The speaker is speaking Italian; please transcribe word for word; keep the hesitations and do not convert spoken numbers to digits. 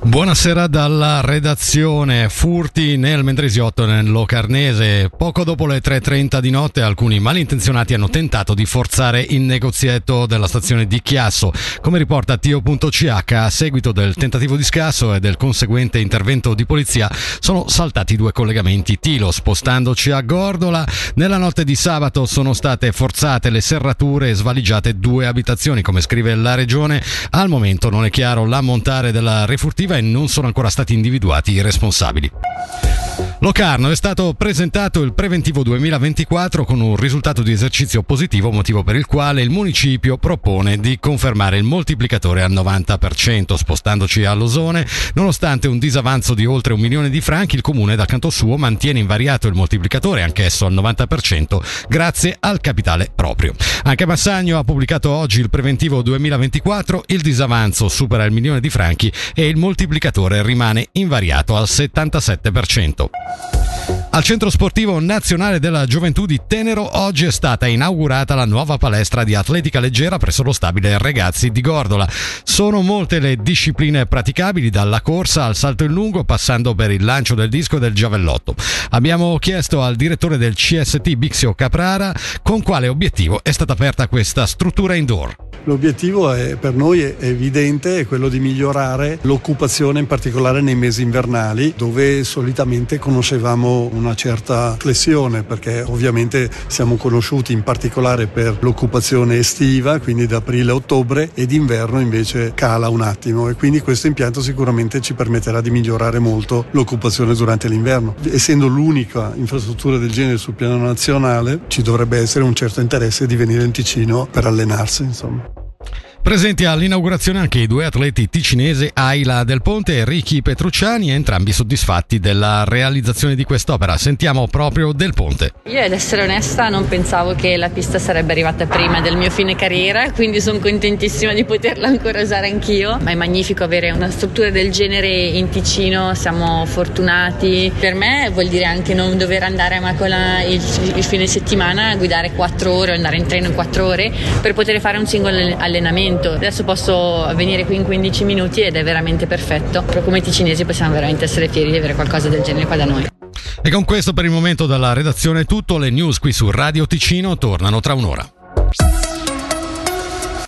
Buonasera dalla redazione. Furti nel Mendrisiotto e nel Locarnese. Poco dopo le tre e trenta di notte alcuni malintenzionati hanno tentato di forzare il negozietto della stazione di Chiasso. Come riporta Tio punto C H, a seguito del tentativo di scasso e del conseguente intervento di polizia sono saltati due collegamenti Tilo. Spostandoci a Gordola, nella notte di sabato sono state forzate le serrature e svaligiate due abitazioni. Come scrive la regione, al momento non è chiaro l'ammontare della refurtiva e non sono ancora stati individuati i responsabili. Locarno: è stato presentato il preventivo duemilaventiquattro con un risultato di esercizio positivo, motivo per il quale il municipio propone di confermare il moltiplicatore al novanta per cento. Spostandoci a Losone, nonostante un disavanzo di oltre un milione di franchi, il comune dal canto suo mantiene invariato il moltiplicatore, anch'esso al novanta per cento, grazie al capitale proprio. Anche Massagno ha pubblicato oggi il preventivo duemilaventiquattro, il disavanzo supera il milione di franchi e il moltiplicatore rimane invariato al settantasette per cento. Al Centro Sportivo Nazionale della Gioventù di Tenero oggi è stata inaugurata la nuova palestra di atletica leggera presso lo stabile Regazzi di Gordola. Sono molte le discipline praticabili, dalla corsa al salto in lungo, passando per il lancio del disco e del giavellotto. Abbiamo chiesto al direttore del C S T Bixio Caprara con quale obiettivo è stata aperta questa struttura indoor. L'obiettivo è, per noi è evidente, è quello di migliorare l'occupazione, in particolare nei mesi invernali, dove solitamente conoscevamo una certa flessione, perché ovviamente siamo conosciuti in particolare per l'occupazione estiva, quindi da aprile a ottobre, ed inverno invece cala un attimo, e quindi questo impianto sicuramente ci permetterà di migliorare molto l'occupazione durante l'inverno. Essendo l'unica infrastruttura del genere sul piano nazionale, ci dovrebbe essere un certo interesse di venire in Ticino per allenarsi, insomma. Presenti all'inaugurazione anche i due atleti ticinesi Ayla Del Ponte e Ricky Petrucciani, entrambi soddisfatti della realizzazione di quest'opera. Sentiamo proprio Del Ponte. Io, ad essere onesta, non pensavo che la pista sarebbe arrivata prima del mio fine carriera, quindi sono contentissima di poterla ancora usare anch'io, ma è magnifico avere una struttura del genere in Ticino, siamo fortunati. Per me vuol dire anche non dover andare a Macola il, il fine settimana a guidare quattro ore o andare in treno in quattro ore per poter fare un singolo allenamento. Adesso posso venire qui in quindici minuti ed è veramente perfetto. Proprio come ticinesi possiamo veramente essere fieri di avere qualcosa del genere qua da noi. E con questo per il momento dalla redazione è tutto. Le news qui su Radio Ticino tornano tra un'ora.